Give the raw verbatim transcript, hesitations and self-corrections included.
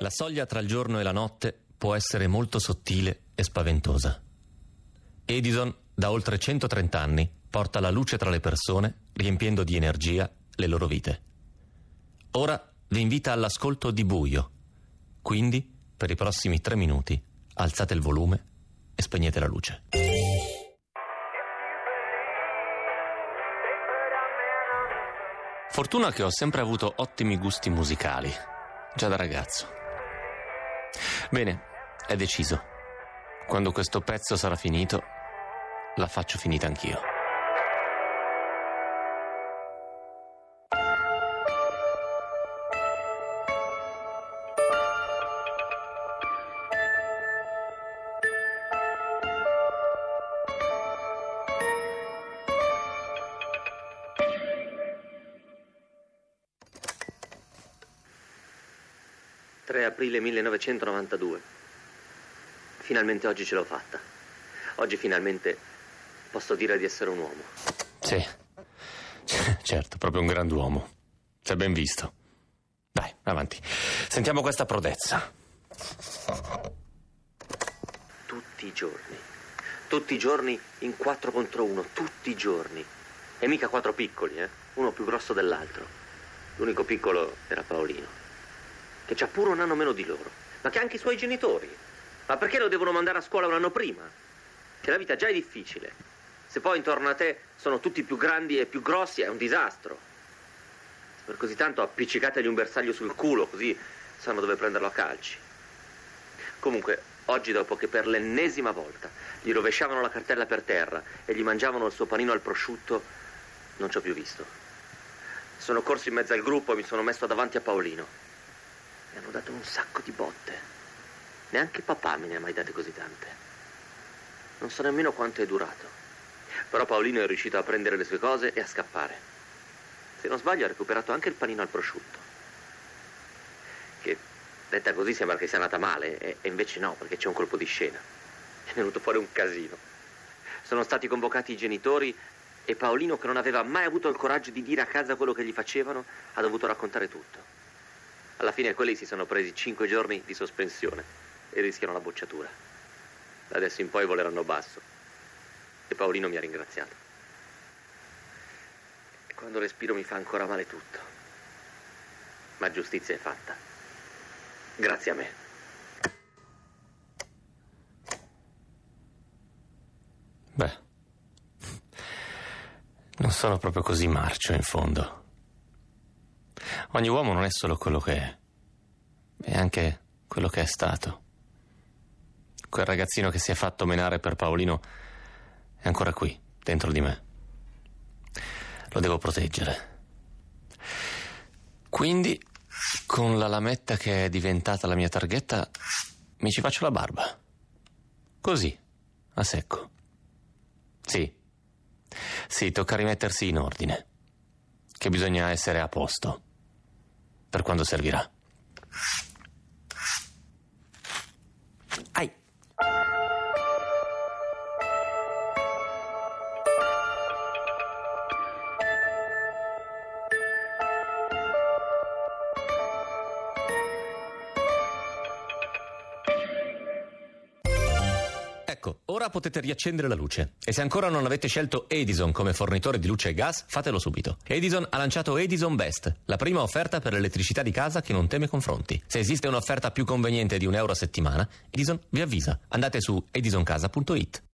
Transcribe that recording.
La soglia tra il giorno e la notte può essere molto sottile e spaventosa. Edison, da oltre centotrenta anni, porta la luce tra le persone, riempiendo di energia le loro vite. Ora vi invita all'ascolto di buio. Quindi, per i prossimi tre minuti, alzate il volume e spegnete la luce. Fortuna che ho sempre avuto ottimi gusti musicali, già da ragazzo. Bene, è deciso. Quando questo pezzo sarà finito, la faccio finita anch'io. tre aprile millenovecentonovantadue. Finalmente oggi ce l'ho fatta. Oggi finalmente posso dire di essere un uomo. Sì, certo, proprio un grand'uomo. Sei ben visto. Dai, avanti. Sentiamo questa prodezza. Tutti i giorni. Tutti i giorni in quattro contro uno. Tutti i giorni. E mica quattro piccoli, eh? Uno più grosso dell'altro. L'unico piccolo era Paolino, che c'ha pure un anno meno di loro, ma che ha anche i suoi genitori. Ma perché lo devono mandare a scuola un anno prima? Che la vita già è difficile. Se poi intorno a te sono tutti più grandi e più grossi, è un disastro. Per così tanto appiccicategli un bersaglio sul culo, così sanno dove prenderlo a calci. Comunque, oggi, dopo che per l'ennesima volta gli rovesciavano la cartella per terra e gli mangiavano il suo panino al prosciutto, non ci ho più visto. Sono corso in mezzo al gruppo e mi sono messo davanti a Paolino. Mi hanno dato un sacco di botte. Neanche papà me ne ha mai date così tante. Non so nemmeno quanto è durato. Però Paolino è riuscito a prendere le sue cose e a scappare. Se non sbaglio ha recuperato anche il panino al prosciutto. Che, detta così, sembra che sia andata male, e, e invece no, perché c'è un colpo di scena. È venuto fuori un casino. Sono stati convocati i genitori e Paolino, che non aveva mai avuto il coraggio di dire a casa quello che gli facevano, ha dovuto raccontare tutto. Alla fine quelli si sono presi cinque giorni di sospensione e rischiano la bocciatura. Da adesso in poi voleranno basso. E Paolino mi ha ringraziato. E quando respiro mi fa ancora male tutto. Ma giustizia è fatta. Grazie a me. Beh, non sono proprio così marcio in fondo. Ogni uomo non è solo quello che è, è anche quello che è stato. Quel ragazzino che si è fatto menare per Paolino è ancora qui, dentro di me. Lo devo proteggere. Quindi, con la lametta che è diventata la mia targhetta, mi ci faccio la barba. Così, a secco. Sì, sì, tocca rimettersi in ordine. Che bisogna essere a posto per quando servirà. Ai! Ecco, ora potete riaccendere la luce. E se ancora non avete scelto Edison come fornitore di luce e gas, fatelo subito. Edison ha lanciato Edison Best, la prima offerta per l'elettricità di casa che non teme confronti. Se esiste un'offerta più conveniente di un euro a settimana, Edison vi avvisa. Andate su edison casa punto it.